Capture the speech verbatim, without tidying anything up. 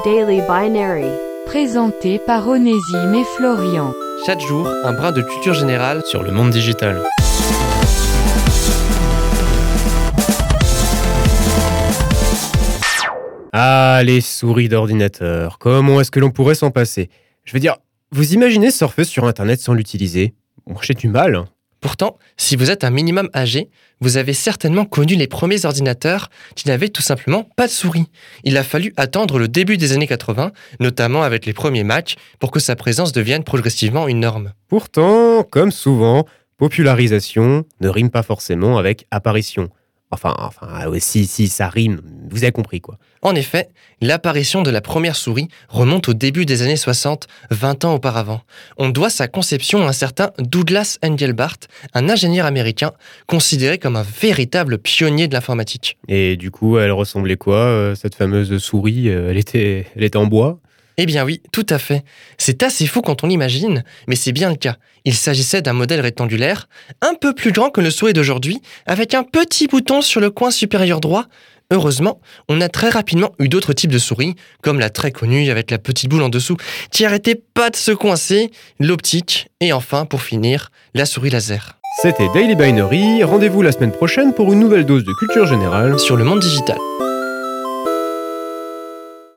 Daily Binary. Présenté par Onésime et Florian. Chaque jour, un brin de culture générale sur le monde digital. Ah, les souris d'ordinateur, comment est-ce que l'on pourrait s'en passer ? Je veux dire, vous imaginez surfer sur Internet sans l'utiliser ? Moi, j'ai du mal. Hein. Pourtant, si vous êtes un minimum âgé, vous avez certainement connu les premiers ordinateurs qui n'avaient tout simplement pas de souris. Il a fallu attendre le début des années quatre-vingts, notamment avec les premiers Mac, pour que sa présence devienne progressivement une norme. Pourtant, comme souvent, popularisation ne rime pas forcément avec apparition. Enfin, enfin, ouais, si, si, ça rime, vous avez compris quoi. En effet, l'apparition de la première souris remonte au début des années soixante, vingt ans auparavant. On doit sa conception à un certain Douglas Engelbart, un ingénieur américain considéré comme un véritable pionnier de l'informatique. Et du coup, elle ressemblait quoi, euh, cette fameuse souris ? Elle était, elle était en bois ? Eh bien oui, tout à fait. C'est assez fou quand on l'imagine, mais c'est bien le cas. Il s'agissait d'un modèle rectangulaire, un peu plus grand que le souhait d'aujourd'hui, avec un petit bouton sur le coin supérieur droit. Heureusement, on a très rapidement eu d'autres types de souris, comme la très connue avec la petite boule en dessous, qui arrêtait pas de se coincer, l'optique, et enfin, pour finir, la souris laser. C'était Daily Binary, rendez-vous la semaine prochaine pour une nouvelle dose de culture générale Sur le monde digital.